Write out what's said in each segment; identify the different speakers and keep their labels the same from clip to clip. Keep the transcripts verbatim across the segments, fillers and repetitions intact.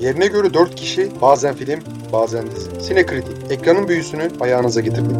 Speaker 1: Yerine göre dört kişi, bazen film, bazen dizi. Sinekritik, ekranın büyüsünü ayağınıza getirdik.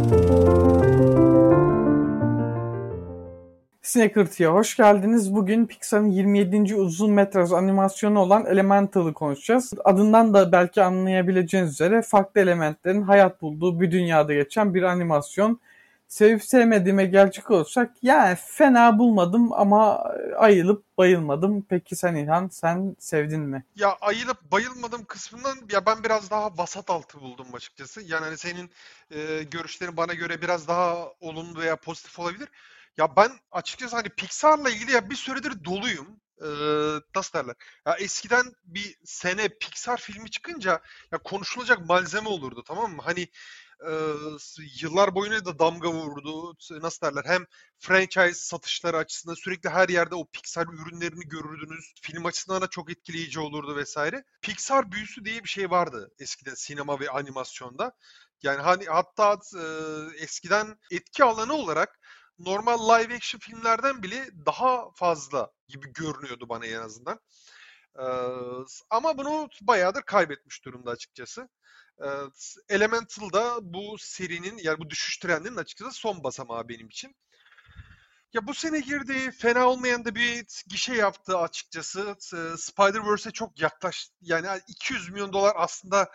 Speaker 2: Sinekritik'e hoş geldiniz. Bugün Pixar'ın yirmi yedinci uzun metraj animasyonu olan Elemental'ı konuşacağız. Adından da belki anlayabileceğiniz üzere farklı elementlerin hayat bulduğu bir dünyada geçen bir animasyon. Sevip sevmediğime gelecek olursak yani fena bulmadım ama ayılıp bayılmadım. Peki sen İlhan, sen sevdin mi?
Speaker 3: Ya ayılıp bayılmadım kısmından ya ben biraz daha vasat altı buldum açıkçası. Yani hani senin e, görüşlerin bana göre biraz daha olumlu veya pozitif olabilir. Ya ben açıkçası hani Pixar'la ilgili ya bir süredir doluyum. Ee, nasıl derler? Ya eskiden bir sene Pixar filmi çıkınca ya konuşulacak malzeme olurdu, tamam mı? Hani e, yıllar boyunca da damga vurdu. Nasıl derler? Hem franchise satışları açısından sürekli her yerde o Pixar ürünlerini görürdünüz. Film açısından da çok etkileyici olurdu vesaire. Pixar büyüsü diye bir şey vardı eskiden sinema ve animasyonda. Yani hani hatta e, eskiden etki alanı olarak normal live action filmlerden bile daha fazla gibi görünüyordu bana en azından. Ee, ama bunu bayağıdır kaybetmiş durumda açıkçası. Ee, Elemental'da bu serinin yani bu düşüş trendinin açıkçası son basamağı benim için. Ya bu sene girdi, fena olmayan da bir gişe yaptı açıkçası. Spider-Verse'e çok yaklaştı. Yani iki yüz milyon dolar aslında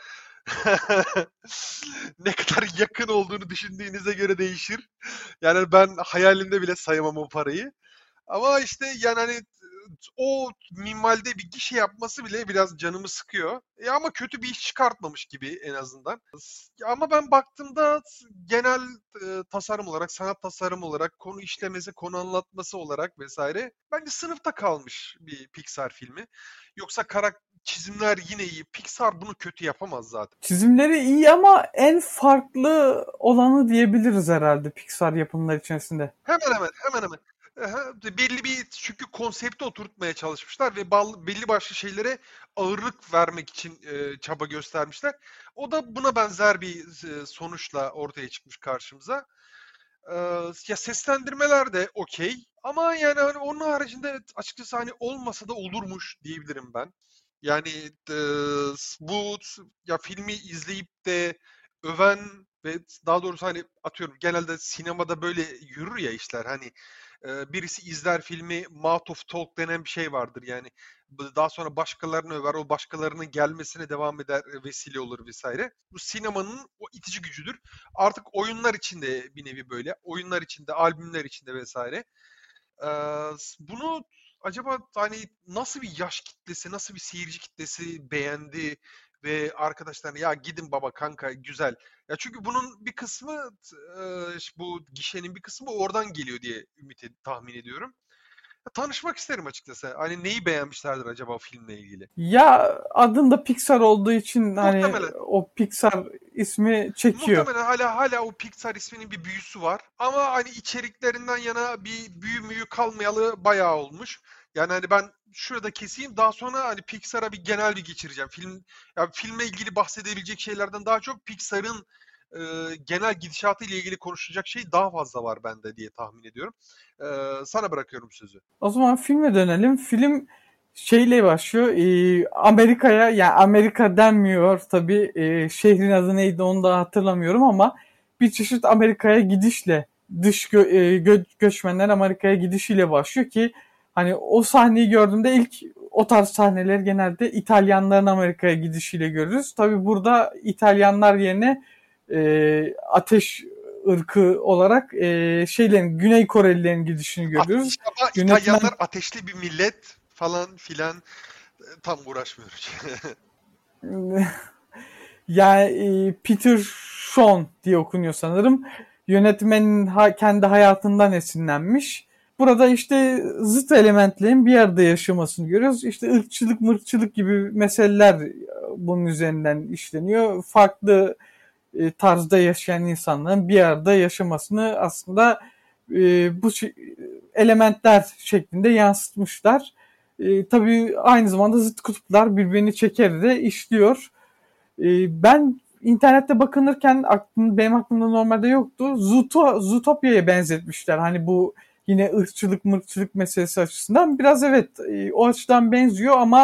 Speaker 3: ne kadar yakın olduğunu düşündüğünüze göre değişir. Yani ben hayalimde bile sayamam o parayı. Ama işte yani hani o minvalde bir gişe yapması bile biraz canımı sıkıyor. E ama kötü bir iş çıkartmamış gibi en azından. Ama ben baktığımda genel e, tasarım olarak, sanat tasarım olarak, konu işlemesi, konu anlatması olarak vesaire bence sınıfta kalmış bir Pixar filmi. Yoksa karakter çizimler yine iyi. Pixar bunu kötü yapamaz zaten.
Speaker 2: Çizimleri iyi ama en farklı olanı diyebiliriz herhalde Pixar yapımları içerisinde.
Speaker 3: Hemen hemen hemen hemen. Aha, belli bir çünkü konsepti oturtmaya çalışmışlar ve belli başlı şeylere ağırlık vermek için e, çaba göstermişler. O da buna benzer bir e, sonuçla ortaya çıkmış karşımıza. E, ya seslendirmeler de okey ama yani hani onun haricinde açıkçası hani olmasa da olurmuş diyebilirim ben. Yani e, bu ya filmi izleyip de öven ve daha doğrusu hani atıyorum genelde sinemada böyle yürür ya işler hani e, birisi izler filmi mouth of talk denen bir şey vardır yani daha sonra başkalarını över o başkalarının gelmesine devam eder vesile olur vesaire. Bu sinemanın o itici gücüdür. Artık oyunlar içinde bir nevi böyle oyunlar içinde albümler içinde vesaire. E, bunu acaba hani nasıl bir yaş kitlesi, nasıl bir seyirci kitlesi beğendi ve arkadaşlar ya gidin baba kanka güzel. Ya çünkü bunun bir kısmı e, bu gişenin bir kısmı oradan geliyor diye ümit ed- tahmin ediyorum. Ya, tanışmak isterim açıkçası. Hani neyi beğenmişlerdir acaba filmle ilgili?
Speaker 2: Ya adında Pixar olduğu için hani
Speaker 3: Muhtemelen.
Speaker 2: o Pixar ismi çekiyor.
Speaker 3: Muhtemelen hala hala o Pixar isminin bir büyüsü var. Ama hani içeriklerinden yana bir büyü müyü kalmayalı bayağı olmuş. Yani hani ben şurada keseyim daha sonra hani Pixar'a bir genel bir geçireceğim. Film ya filmle ilgili bahsedebilecek şeylerden daha çok Pixar'ın e, genel gidişatı ile ilgili konuşacak şey daha fazla var bende diye tahmin ediyorum. E, sana bırakıyorum sözü.
Speaker 2: O zaman filme dönelim. Film şeyle başlıyor. Ee, Amerika'ya yani Amerika denmiyor tabii. Ee, şehrin adı neydi onu da hatırlamıyorum ama bir çeşit Amerika'ya gidişle dış gö- e, gö- göçmenler Amerika'ya gidişiyle başlıyor ki hani o sahneyi gördüğümde ilk o tarz sahneleri genelde İtalyanların Amerika'ya gidişiyle görürüz. Tabii burada İtalyanlar yerine e, ateş ırkı olarak e, şeylerin Güney Korelilerin gidişini görüyoruz.
Speaker 3: Ateş, ama
Speaker 2: Yönetmen
Speaker 3: İtalyanlar ateşli bir millet falan filan e, tam uğraşmıyoruz.
Speaker 2: yani e, Peter Shaw diye okunuyor sanırım. Yönetmenin ha, kendi hayatından esinlenmiş. Burada işte zıt elementlerin bir arada yaşamasını görüyoruz. İşte ırkçılık, mırkçılık gibi meseleler bunun üzerinden işleniyor. Farklı e, tarzda yaşayan insanların bir arada yaşamasını aslında e, bu elementler şeklinde yansıtmışlar. E, tabii aynı zamanda zıt kutuplar birbirini çeker de işliyor. E, ben internette bakınırken aklım, benim aklımda normalde yoktu. Zuto, Zootopya'ya benzetmişler. Hani bu yine ırkçılık mırkçılık meselesi açısından. Biraz evet e, o açıdan benziyor ama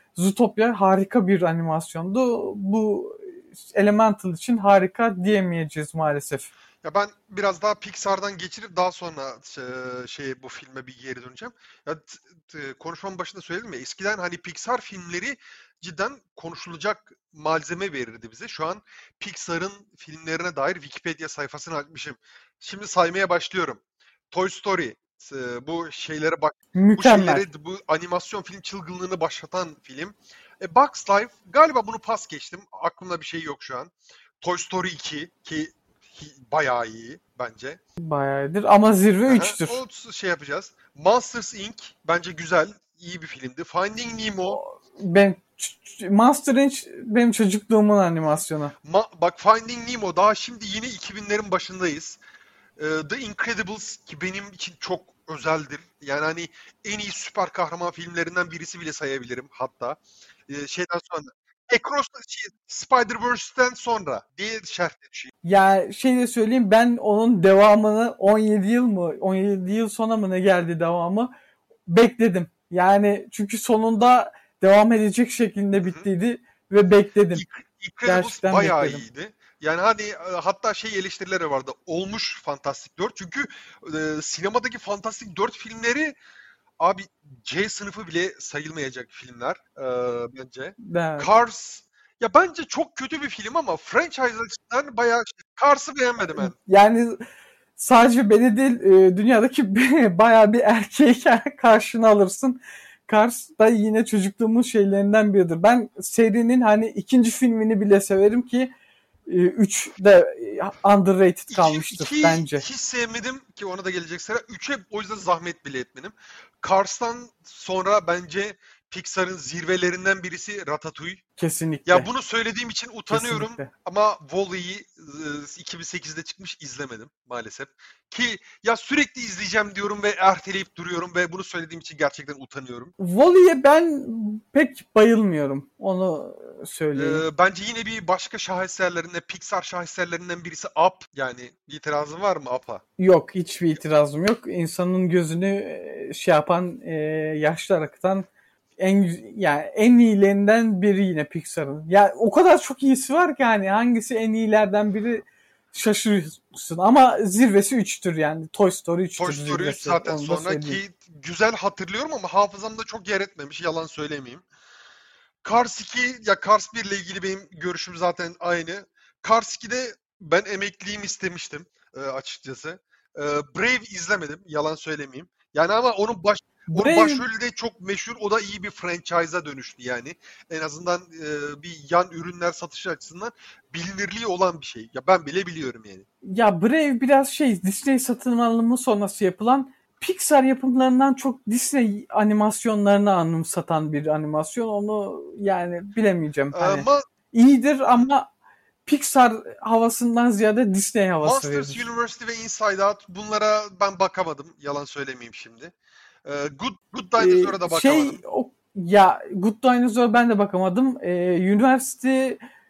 Speaker 2: Zootopia harika bir animasyondu. Bu Elemental için harika diyemeyeceğiz maalesef.
Speaker 3: Ya ben biraz daha Pixar'dan geçirip daha sonra şey, şey bu filme bir geri döneceğim. Ya t- t- konuşmamın başında söyledim ya, eskiden hani Pixar filmleri cidden konuşulacak malzeme verirdi bize. Şu an Pixar'ın filmlerine dair Wikipedia sayfasını açmışım. Şimdi saymaya başlıyorum. Toy Story, e, bu şeylere bak, bu
Speaker 2: Mükemmel.
Speaker 3: şeyleri, bu animasyon film çılgınlığını başlatan film. E, Bugs Life, galiba bunu pas geçtim. Aklımda bir şey yok şu an. Toy Story iki ki hi- bayağı iyi bence.
Speaker 2: Bayağıdır ama zirve
Speaker 3: Aha,
Speaker 2: üçtür.
Speaker 3: o s- şey yapacağız. Monsters inc bence güzel, iyi bir filmdi. Finding Nemo,
Speaker 2: Ben Monster Inc benim çocukluğumun animasyonu.
Speaker 3: ma- bak Finding Nemo daha şimdi yine iki binlerin başındayız. Ee, The Incredibles ki benim için çok özeldir. Yani hani en iyi süper kahraman filmlerinden birisi bile sayabilirim hatta. Ee, şeyden sonra. Across the şey, Spider-Verse'den sonra diye şerh düşeyim.
Speaker 2: Ya şey de söyleyeyim, ben onun devamını on yedi yıl mı on yedi yıl sonra mı ne geldi devamı bekledim. Yani çünkü sonunda devam edecek şekilde bittiydi ve bekledim.
Speaker 3: Incredibles
Speaker 2: Gerçekten
Speaker 3: bayağı
Speaker 2: bekledim.
Speaker 3: iyiydi. Yani hani e, hatta şey eleştirileri vardı. Olmuş Fantastic dört. Çünkü e, sinemadaki Fantastic dört filmleri abi C sınıfı bile sayılmayacak filmler e, bence.
Speaker 2: Evet.
Speaker 3: Cars ya bence çok kötü bir film ama franchise açısından bayağı şey. Cars'ı beğenmedim ben.
Speaker 2: Yani sadece beni değil, e, dünyadaki bayağı bir erkeği karşına alırsın. Cars da yine çocukluğumun şeylerinden biridir. Ben serinin hani ikinci filmini bile severim ki üç de underrated kalmıştır
Speaker 3: İki, iki
Speaker 2: bence.
Speaker 3: hiç sevmedim ki ona da gelecek sıra. üçe o yüzden zahmet bile etmedim. Cars'tan sonra bence Pixar'ın zirvelerinden birisi Ratatouille.
Speaker 2: Kesinlikle.
Speaker 3: Ya bunu söylediğim için utanıyorum.
Speaker 2: Kesinlikle.
Speaker 3: Ama Wall-E'yi iki bin sekizde çıkmış izlemedim maalesef. Ki ya sürekli izleyeceğim diyorum ve erteleyip duruyorum ve bunu söylediğim için gerçekten utanıyorum.
Speaker 2: Wall-E'ye ben pek bayılmıyorum. Onu söyleyeyim.
Speaker 3: Ee, bence yine bir başka şaheserlerinden, Pixar şaheserlerinden birisi Up. Yani itirazın var mı Up'a?
Speaker 2: Yok, hiçbir itirazım yok. İnsanın gözünü şey yapan, e, yaşlar akıtan en yani en iyilerinden biri yine Pixar'ın. Ya o kadar çok iyisi var ki hani hangisi en iyilerden biri şaşırıyorsun ama zirvesi üçtür yani. Toy Story üçtür
Speaker 3: Toy Story üç
Speaker 2: zirvesi.
Speaker 3: zaten
Speaker 2: Onu da
Speaker 3: sonra
Speaker 2: söyleyeyim.
Speaker 3: ki güzel hatırlıyorum ama hafızamda çok yer etmemiş. Yalan söylemeyeyim. Cars iki, ya Cars bir ile ilgili benim görüşüm zaten aynı. Cars ikide ben emekliliğimi istemiştim e, açıkçası. E, Brave izlemedim, yalan söylemeyeyim. Yani ama onun baş onun
Speaker 2: Brave-
Speaker 3: başrolü de çok meşhur. O da iyi bir franchise'a dönüştü yani. En azından e, bir yan ürünler satışı açısından bilinirliği olan bir şey. Ya ben bile biliyorum yani.
Speaker 2: Ya Brave biraz şey, Disney satın alımı sonrası yapılan Pixar yapımlarından çok Disney animasyonlarını anımsatan bir animasyon. Onu yani bilemeyeceğim. Hani
Speaker 3: Ama
Speaker 2: iyidir ama Pixar havasından ziyade Disney havası
Speaker 3: Monsters
Speaker 2: verir.
Speaker 3: University ve Inside Out bunlara ben bakamadım. Yalan söylemeyeyim şimdi. Ee, Good Good Dinosaur'a da
Speaker 2: Ee, şey
Speaker 3: bakamadım.
Speaker 2: o, ya Good Dinosaur ben de bakamadım. Ee, University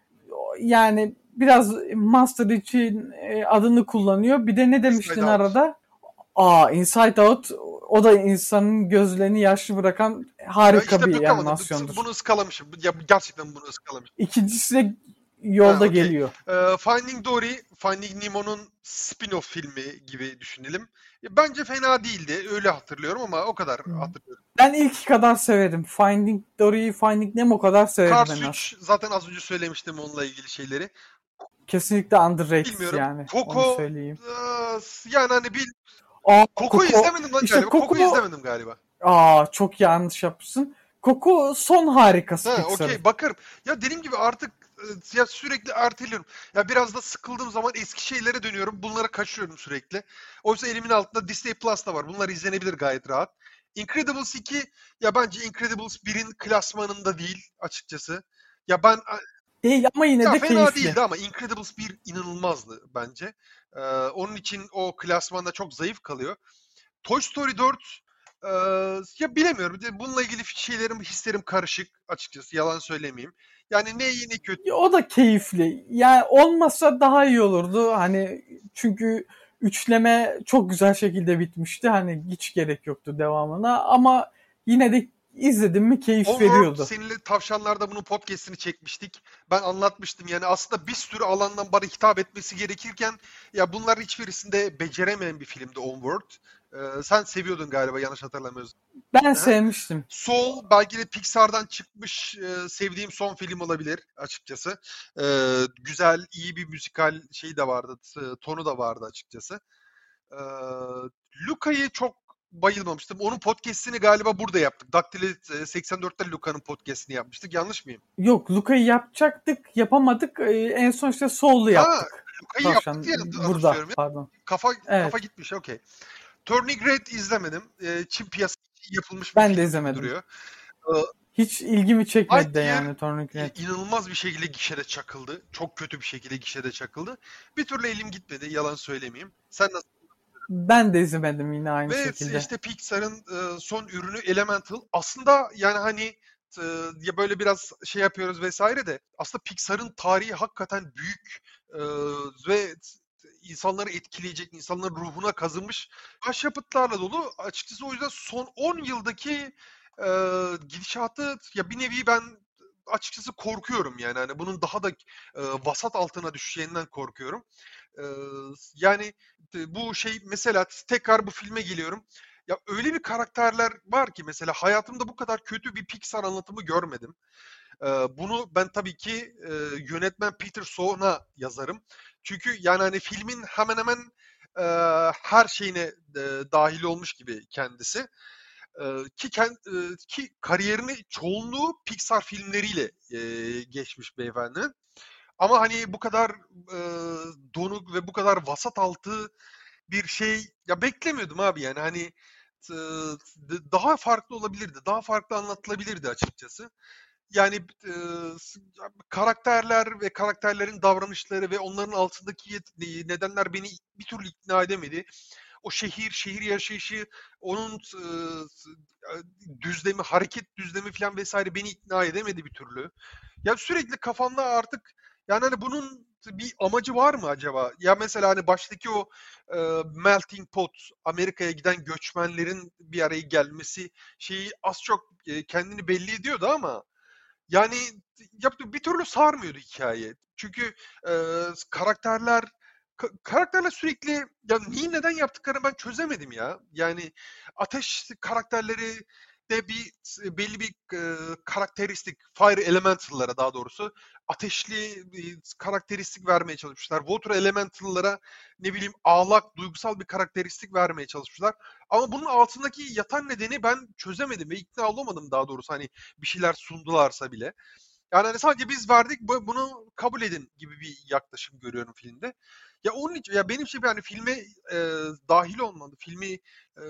Speaker 2: yani biraz Monster için e, adını kullanıyor. Bir de ne demiştin
Speaker 3: Inside Out.
Speaker 2: arada? Aa, Inside Out, o da insanın gözlerini yaşlı bırakan harika
Speaker 3: Ya işte
Speaker 2: bir
Speaker 3: bakamadım.
Speaker 2: animasyondur.
Speaker 3: Bunu ıskalamışım. Ya gerçekten bunu ıskalamışım.
Speaker 2: İkincisi de yolda
Speaker 3: Ha, okey.
Speaker 2: geliyor.
Speaker 3: Ee, Finding Dory, Finding Nemo'nun spin-off filmi gibi düşünelim. Ya bence fena değildi. Öyle hatırlıyorum ama o kadar hatırlıyorum.
Speaker 2: Ben ilk kadar severim. Finding Dory'yi Finding Nemo kadar severim
Speaker 3: Cars
Speaker 2: en az.
Speaker 3: üç zaten az önce söylemiştim onunla ilgili şeyleri.
Speaker 2: Kesinlikle underrated
Speaker 3: Bilmiyorum.
Speaker 2: yani.
Speaker 3: Coco,
Speaker 2: Onu söyleyeyim.
Speaker 3: eee, yani hani bir
Speaker 2: Aa,
Speaker 3: Coco'yu izlemedim lan
Speaker 2: İşte
Speaker 3: galiba. Coco'yu
Speaker 2: Coco-
Speaker 3: izlemedim galiba.
Speaker 2: Aa, çok yanlış yapmışsın. Coco son harikası
Speaker 3: Ha,
Speaker 2: Pixar'ın.
Speaker 3: okey bakarım. Ya dediğim gibi artık e, ya sürekli erteliyorum. Ya biraz da sıkıldığım zaman eski şeylere dönüyorum. Bunlara kaçıyorum sürekli. Oysa elimin altında Disney Plus da var. Bunlar izlenebilir gayet rahat. Incredibles iki ya bence Incredibles birin klasmanında değil açıkçası. Ya ben
Speaker 2: Değil ama yine
Speaker 3: ya
Speaker 2: de
Speaker 3: fena
Speaker 2: keyifli.
Speaker 3: değildi ama Incredibles bir inanılmazdı bence. Ee, onun için o klasmanda çok zayıf kalıyor. Toy Story dört e, ya bilemiyorum. Bir de bununla ilgili şeylerim, hislerim karışık açıkçası. Yalan söylemeyeyim. Yani ne iyi ne kötü.
Speaker 2: Ya o da keyifli. Yani olmasa daha iyi olurdu. Hani çünkü üçleme çok güzel şekilde bitmişti. Hani hiç gerek yoktu devamına ama yine de izledim mi keyif
Speaker 3: Onward,
Speaker 2: veriyordu.
Speaker 3: seninle Tavşanlar'da bunun podcast'ini çekmiştik. Ben anlatmıştım yani aslında bir sürü alandan bana hitap etmesi gerekirken ya bunların hiçbirisinde beceremeyen bir filmdi Onward. Ee, sen seviyordun galiba yanlış hatırlamıyorsam.
Speaker 2: Ben
Speaker 3: Aha.
Speaker 2: sevmiştim.
Speaker 3: Soul belki de Pixar'dan çıkmış e, sevdiğim son film olabilir açıkçası. E, güzel, iyi bir müzikal şey de vardı, t- tonu da vardı açıkçası. E, Luca'yı çok bayılmamıştım. Onun podcast'ini galiba burada yaptık. Daktilo seksen dörtte Luca'nın podcast'ini yapmıştık. Yanlış mıyım?
Speaker 2: Yok, Luca'yı yapacaktık, yapamadık. Ee, en son işte Soul'u yaptık.
Speaker 3: Luca'yı
Speaker 2: Tavşan
Speaker 3: yaptık diye
Speaker 2: burada,
Speaker 3: anımsıyorum ya.
Speaker 2: pardon.
Speaker 3: Kafa
Speaker 2: Evet.
Speaker 3: kafa gitmiş, okey. Turning Red izlemedim. E, Çin piyasası için yapılmış bir
Speaker 2: Ben de
Speaker 3: film gibi
Speaker 2: izlemedim.
Speaker 3: duruyor.
Speaker 2: Hiç ilgimi çekmedi de
Speaker 3: Lightyear
Speaker 2: yani Turning Red.
Speaker 3: inanılmaz bir şekilde gişede çakıldı. Çok kötü bir şekilde gişede çakıldı. Bir türlü elim gitmedi, yalan söylemeyeyim. Sen nasıl?
Speaker 2: Ben de izlemedim yine aynı
Speaker 3: Ve
Speaker 2: şekilde.
Speaker 3: işte Pixar'ın e, son ürünü Elemental. Aslında yani hani e, ya böyle biraz şey yapıyoruz vesaire de aslında Pixar'ın tarihi hakikaten büyük e, ve insanları etkileyecek, insanların ruhuna kazınmış başyapıtlarla dolu. Açıkçası o yüzden son on yıldaki e, gidişatı ya bir nevi ben açıkçası korkuyorum yani. Hani bunun daha da e, vasat altına düşeceğinden korkuyorum. E, yani e, bu şey mesela tekrar bu filme geliyorum. Ya öyle bir karakterler var ki mesela hayatımda bu kadar kötü bir Pixar anlatımı görmedim. E, bunu ben tabii ki e, yönetmen Peter Sohn'a yazarım. Çünkü yani hani filmin hemen hemen e, her şeyine e, dahil olmuş gibi kendisi. Ee, ki kend- e, ki kariyerini çoğunluğu Pixar filmleriyle e, geçmiş beyefendinin. Ama hani bu kadar e, donuk ve bu kadar vasat altı bir şey ya beklemiyordum abi yani hani e, d- daha farklı olabilirdi. Daha farklı anlatılabilirdi açıkçası. Yani e, s- karakterler ve karakterlerin davranışları ve onların altındaki yet- nedenler beni bir türlü ikna edemedi. O şehir, şehir yaşayışı, onun e, düzlemi, hareket düzlemi falan vesaire beni ikna edemedi bir türlü. Ya sürekli kafamda artık yani hani bunun bir amacı var mı acaba? Ya mesela hani baştaki o e, melting pot, Amerika'ya giden göçmenlerin bir araya gelmesi şeyi az çok e, kendini belli ediyordu ama yani yaptı bir türlü sarmıyordu hikaye. Çünkü e, karakterler ka- karakterler sürekli ya niye neden yaptıklarını ben çözemedim ya. Yani ateş karakterleri de bir belli bir e, karakteristik Fire Elemental'lara daha doğrusu ateşli bir karakteristik vermeye çalışmışlar. Water Elemental'lara ne bileyim ağlak, duygusal bir karakteristik vermeye çalışmışlar. Ama bunun altındaki yatan nedeni ben çözemedim ve ikna olamadım daha doğrusu hani bir şeyler sundularsa bile. Yani hani sadece biz verdik bunu kabul edin gibi bir yaklaşım görüyorum filmde. Ya onun için ya benim şey yani filme e, dahil olmadı. Filmi e,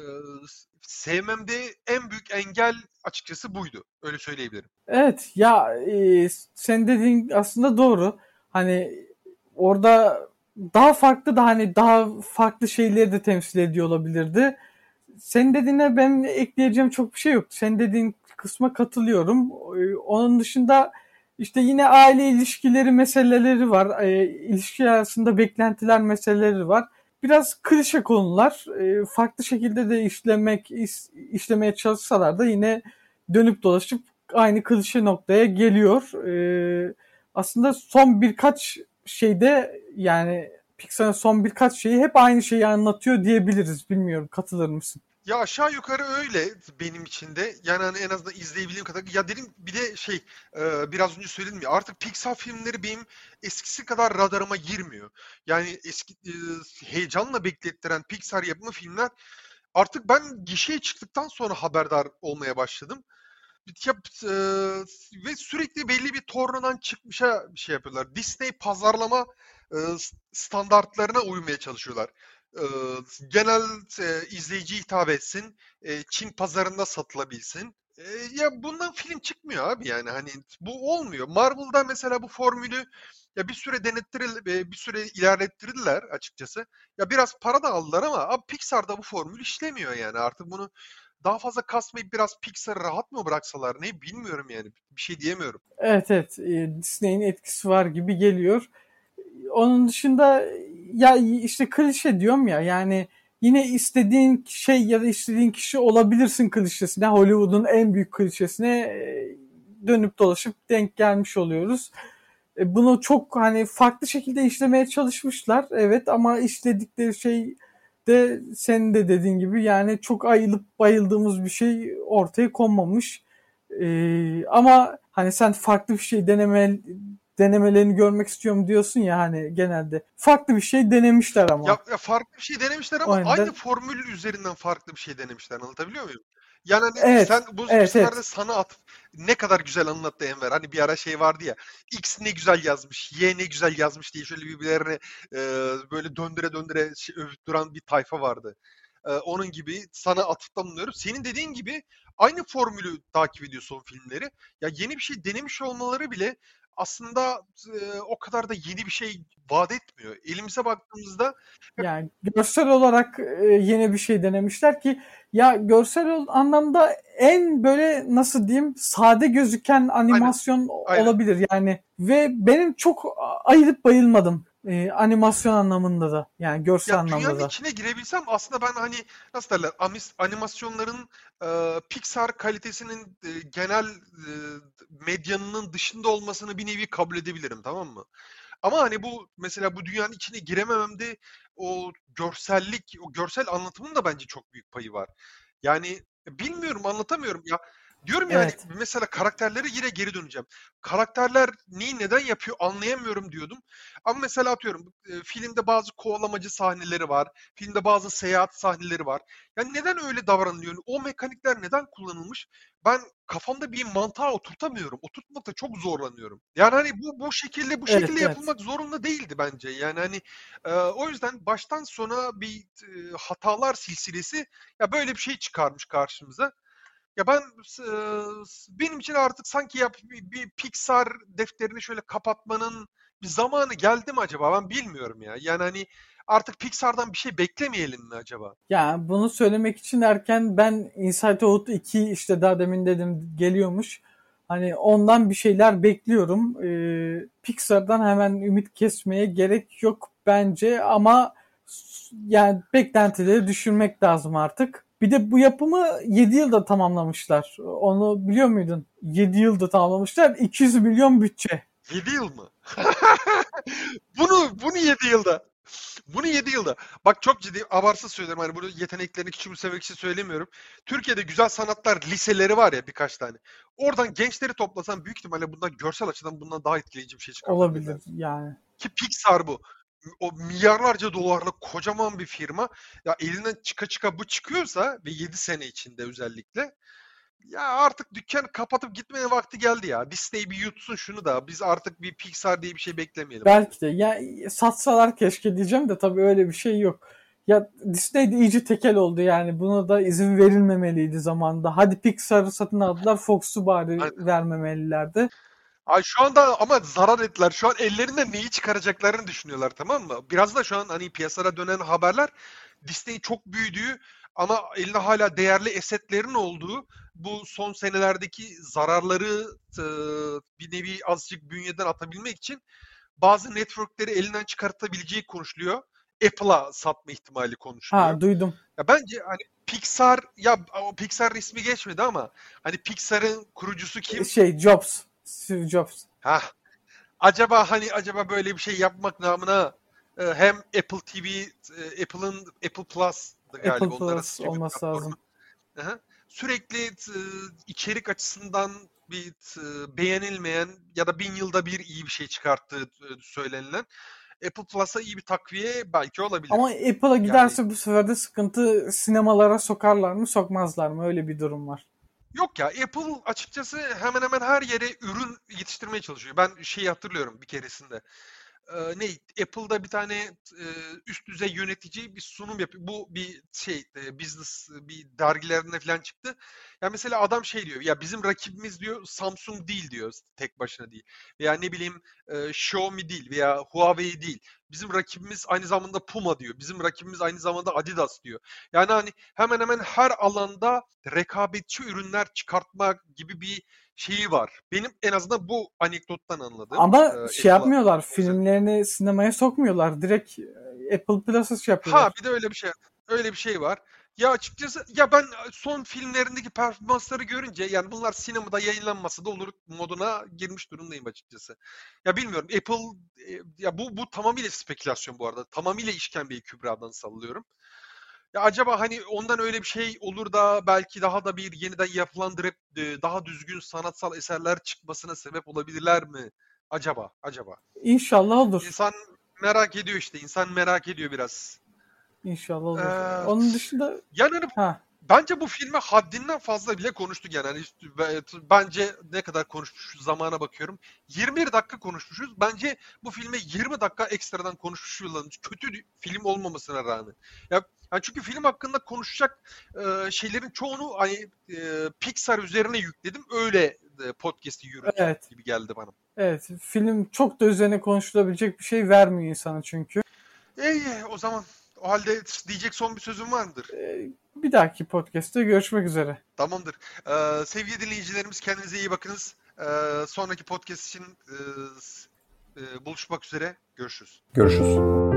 Speaker 3: sevmemde en büyük engel açıkçası buydu. Öyle söyleyebilirim.
Speaker 2: Evet ya, e, sen dediğin aslında doğru. Hani orada daha farklı da hani daha farklı şeyleri de temsil ediyor olabilirdi. Senin dediğine benim ekleyeceğim çok bir şey yok. Senin dediğin kısma katılıyorum. Ee, Onun dışında işte yine aile ilişkileri meseleleri var. E, ilişki arasında beklentiler meseleleri var. Biraz klişe konular. E, farklı şekilde de işlemek is- işlemeye çalışsalar da yine dönüp dolaşıp aynı klişe noktaya geliyor. E, aslında son birkaç şeyde yani Pixar'ın son birkaç şeyi hep aynı şeyi anlatıyor diyebiliriz. Bilmiyorum, katılır mısın?
Speaker 3: Ya aşağı yukarı öyle benim için de. Yani hani en azından izleyebildiğim kadar. Ya dedim bir de şey e, biraz önce söyledim ya artık Pixar filmleri benim eskisi kadar radarıma girmiyor. Yani eski e, heyecanla beklettiren Pixar yapımı filmler artık ben gişeye çıktıktan sonra haberdar olmaya başladım. Ya, e, ve sürekli belli bir tornadan çıkmışa bir şey yapıyorlar. Disney pazarlama e, standartlarına uymaya çalışıyorlar. E, genel e, izleyiciye hitap etsin, e, Çin pazarında satılabilsin. E, ya bundan film çıkmıyor abi yani hani bu olmuyor. Marvel'da mesela bu formülü ya bir süre denettiril bir süre ilerlettirdiler açıkçası. Ya biraz para da aldılar ama abi Pixar'da bu formül işlemiyor yani. Artık bunu daha fazla kasmayıp biraz Pixar'ı rahat mı bıraksalar ne bilmiyorum yani. Bir şey diyemiyorum.
Speaker 2: Evet, evet. E, Disney'in etkisi var gibi geliyor. Onun dışında ya işte klişe diyorum ya yani yine istediğin şey ya da istediğin kişi olabilirsin klişesine, Hollywood'un en büyük klişesine dönüp dolaşıp denk gelmiş oluyoruz. Bunu çok hani farklı şekilde işlemeye çalışmışlar. Evet, ama işledikleri şey de senin de dediğin gibi yani çok ayılıp bayıldığımız bir şey ortaya konmamış. Ee, ama hani sen farklı bir şey deneme denemelerini görmek istiyorum diyorsun ya, hani genelde farklı bir şey denemişler ama.
Speaker 3: Ya, ya farklı bir şey denemişler ama
Speaker 2: Oyunda...
Speaker 3: aynı formül üzerinden farklı bir şey denemişler. Anlatabiliyor muyum? Yani hani
Speaker 2: evet,
Speaker 3: sen bu,
Speaker 2: evet,
Speaker 3: bu sefer de
Speaker 2: evet.
Speaker 3: sana at. Ne kadar güzel anlattı Enver. Hani bir ara şey vardı ya. X ne güzel yazmış, Y ne güzel yazmış diye şöyle birbirlerine e, böyle döndüre döndüre şey, övüp duran bir tayfa vardı. E, onun gibi sana atıfta bulunuyorum. Senin dediğin gibi aynı formülü takip ediyor son filmleri. Ya yeni bir şey denemiş olmaları bile aslında e, o kadar da yeni bir şey vaat etmiyor. Elimize baktığımızda
Speaker 2: yani görsel olarak e, yeni bir şey denemişler ki ya görsel anlamda en böyle nasıl diyeyim sade gözüken animasyon
Speaker 3: aynen, aynen.
Speaker 2: olabilir yani ve benim çok ayılıp bayılmadım e, animasyon anlamında da yani görsel
Speaker 3: ya
Speaker 2: anlamda
Speaker 3: dünyanın
Speaker 2: da.
Speaker 3: içine girebilsem aslında ben hani nasıl derler amis, animasyonların e, Pixar kalitesinin e, genel e, medyanının dışında olmasını bir nevi kabul edebilirim, tamam mı? Ama hani bu mesela bu dünyanın içine giremememde o görsellik, o görsel anlatımın da bence çok büyük payı var. Yani bilmiyorum, anlatamıyorum ya. Diyorum yani
Speaker 2: Evet.
Speaker 3: mesela karakterlere yine geri döneceğim. Karakterler neyi neden yapıyor anlayamıyorum diyordum. Ama mesela atıyorum e, filmde bazı kovalamacı sahneleri var. Filmde bazı seyahat sahneleri var. Yani neden öyle davranılıyor? O mekanikler neden kullanılmış? Ben kafamda bir mantığa oturtamıyorum. Oturtmakta çok zorlanıyorum. Yani hani bu bu şekilde bu
Speaker 2: Evet,
Speaker 3: şekilde
Speaker 2: evet.
Speaker 3: yapılmak zorunda değildi bence. Yani hani e, o yüzden baştan sona bir e, hatalar silsilesi ya böyle bir şey çıkarmış karşımıza. Ya ben e, benim için artık sanki ya bir, bir Pixar defterini şöyle kapatmanın bir zamanı geldi mi acaba? Ben bilmiyorum ya. Yani hani artık Pixar'dan bir şey beklemeyelim mi acaba?
Speaker 2: Yani bunu söylemek için erken, ben Inside Out iki işte daha demin dedim geliyormuş. Hani ondan bir şeyler bekliyorum. Ee, Pixar'dan hemen ümit kesmeye gerek yok bence ama yani beklentileri düşürmek lazım artık. Bir de bu yapımı yedi yılda tamamlamışlar. Onu biliyor muydun? yedi yılda tamamlamışlar. iki yüz milyon bütçe.
Speaker 3: yedi yıl mı? bunu bunu yedi yılda. Bunu yedi yılda. Bak çok ciddi abartsız söylüyorum. Hani bunu yeteneklerini küçümsemek için söylemiyorum. Türkiye'de güzel sanatlar liseleri var ya birkaç tane. Oradan gençleri toplasan büyük ihtimalle bundan görsel açıdan bundan daha etkileyici bir şey çıkartabilirler.
Speaker 2: Olabilir yani.
Speaker 3: Ki Pixar bu. O milyarlarca dolarlık kocaman bir firma. Ya elinden çıka çıka bu çıkıyorsa ve yedi sene içinde özellikle ya artık dükkanı kapatıp gitmeye vakti geldi ya. Disney bir yutsun şunu da. Biz artık bir Pixar diye bir şey beklemeyelim.
Speaker 2: Belki de. Ya satsalar keşke diyeceğim de tabii öyle bir şey yok. Ya Disney de iyice tekel oldu yani. Buna da izin verilmemeliydi zamanında. Hadi Pixar'ı satın aldılar. Fox'u bari
Speaker 3: Aynen.
Speaker 2: vermemelilerdi.
Speaker 3: Ay şu anda ama zarar ettiler. Şu an ellerinde neyi çıkaracaklarını düşünüyorlar, tamam mı? Biraz da şu an hani piyasada dönen haberler Disney çok büyüdüğü ama elinde hala değerli esetlerin olduğu bu son senelerdeki zararları e, bir nevi azıcık bünyeden atabilmek için bazı networkleri elinden çıkartabileceği konuşuluyor. Apple'a satma ihtimali konuşuluyor.
Speaker 2: Ha, duydum.
Speaker 3: Ya bence hani Pixar ya o Pixar ismi geçmedi ama hani Pixar'ın kurucusu kim?
Speaker 2: Şey Jobs. Steve Jobs.
Speaker 3: Ha, acaba hani acaba böyle bir şey yapmak namına e, hem Apple T V, e, Apple'ın Apple Plus
Speaker 2: Apple
Speaker 3: galiba onların
Speaker 2: Plus
Speaker 3: streaming
Speaker 2: olması
Speaker 3: platformu.
Speaker 2: lazım.
Speaker 3: Aha. Sürekli e, içerik açısından bir e, beğenilmeyen ya da bin yılda bir iyi bir şey çıkarttığı e, söylenilen Apple Plus'a iyi bir takviye belki
Speaker 2: Ama
Speaker 3: olabilir.
Speaker 2: Apple'a giderse
Speaker 3: Yani
Speaker 2: bu sefer de sıkıntı, sinemalara sokarlar mı sokmazlar mı? Öyle bir durum var.
Speaker 3: yok ya, Apple açıkçası hemen hemen her yere ürün yetiştirmeye çalışıyor. Ben şeyi hatırlıyorum bir keresinde. Ee, ne Apple'da bir tane e, üst düzey yönetici bir sunum yapıyor. Bu bir şey e, business bir dergilerine falan çıktı. Ya mesela adam şey diyor. Ya bizim rakibimiz diyor Samsung değil diyor, tek başına değil. Veya ne bileyim e, Xiaomi değil veya Huawei değil. Bizim rakibimiz aynı zamanda Puma diyor. Bizim rakibimiz aynı zamanda Adidas diyor. Yani hani hemen hemen her alanda rekabetçi ürünler çıkartma gibi bir şeyi var. Benim en azından bu anekdottan anladığım
Speaker 2: Ama
Speaker 3: e,
Speaker 2: şey
Speaker 3: Apple'a
Speaker 2: yapmıyorlar.
Speaker 3: özel.
Speaker 2: Filmlerini sinemaya sokmuyorlar. Direkt Apple Plus'a şey yapıyorlar.
Speaker 3: Ha bir de öyle bir şey. Öyle bir şey var. Ya açıkçası ya ben son filmlerindeki performansları görünce yani bunlar sinemada yayınlanmasa da olur moduna girmiş durumdayım açıkçası. Ya bilmiyorum Apple e, ya bu bu tamamıyla spekülasyon bu arada. Tamamıyla işkembeyi Kübra'dan sallıyorum. Ya acaba hani ondan öyle bir şey olur da belki daha da bir yeniden yapılandırıp e, daha düzgün sanatsal eserler çıkmasına sebep olabilirler mi? Acaba, acaba.
Speaker 2: İnşallah olur.
Speaker 3: İnsan merak ediyor işte. İnsan merak ediyor biraz.
Speaker 2: İnşallah olur. Onun
Speaker 3: Evet.
Speaker 2: dışında
Speaker 3: Yani hani
Speaker 2: ha
Speaker 3: bence bu filme haddinden fazla bile konuştuk yani. Hani işte be- bence ne kadar konuşmuşuz zamana bakıyorum. yirmi bir dakika konuşmuşuz. Bence bu filme yirmi dakika ekstradan konuşmuşuz. Kötü bir film olmamasına rağmen. Ya yani çünkü film hakkında konuşacak e, şeylerin çoğunu hani e, Pixar üzerine yükledim. Öyle e, podcast'i yürüteceğim
Speaker 2: evet.
Speaker 3: gibi geldi bana.
Speaker 2: Evet. Film çok da üzerine konuşulabilecek bir şey vermiyor insana çünkü.
Speaker 3: İyi o zaman. O halde diyecek son bir sözüm var mıdır?
Speaker 2: Ee, bir dahaki podcast'te görüşmek üzere.
Speaker 3: Tamamdır. Ee, sevgili dinleyicilerimiz kendinize iyi bakınız. Ee, sonraki podcast için e, e, buluşmak üzere. Görüşürüz.
Speaker 1: Görüşürüz.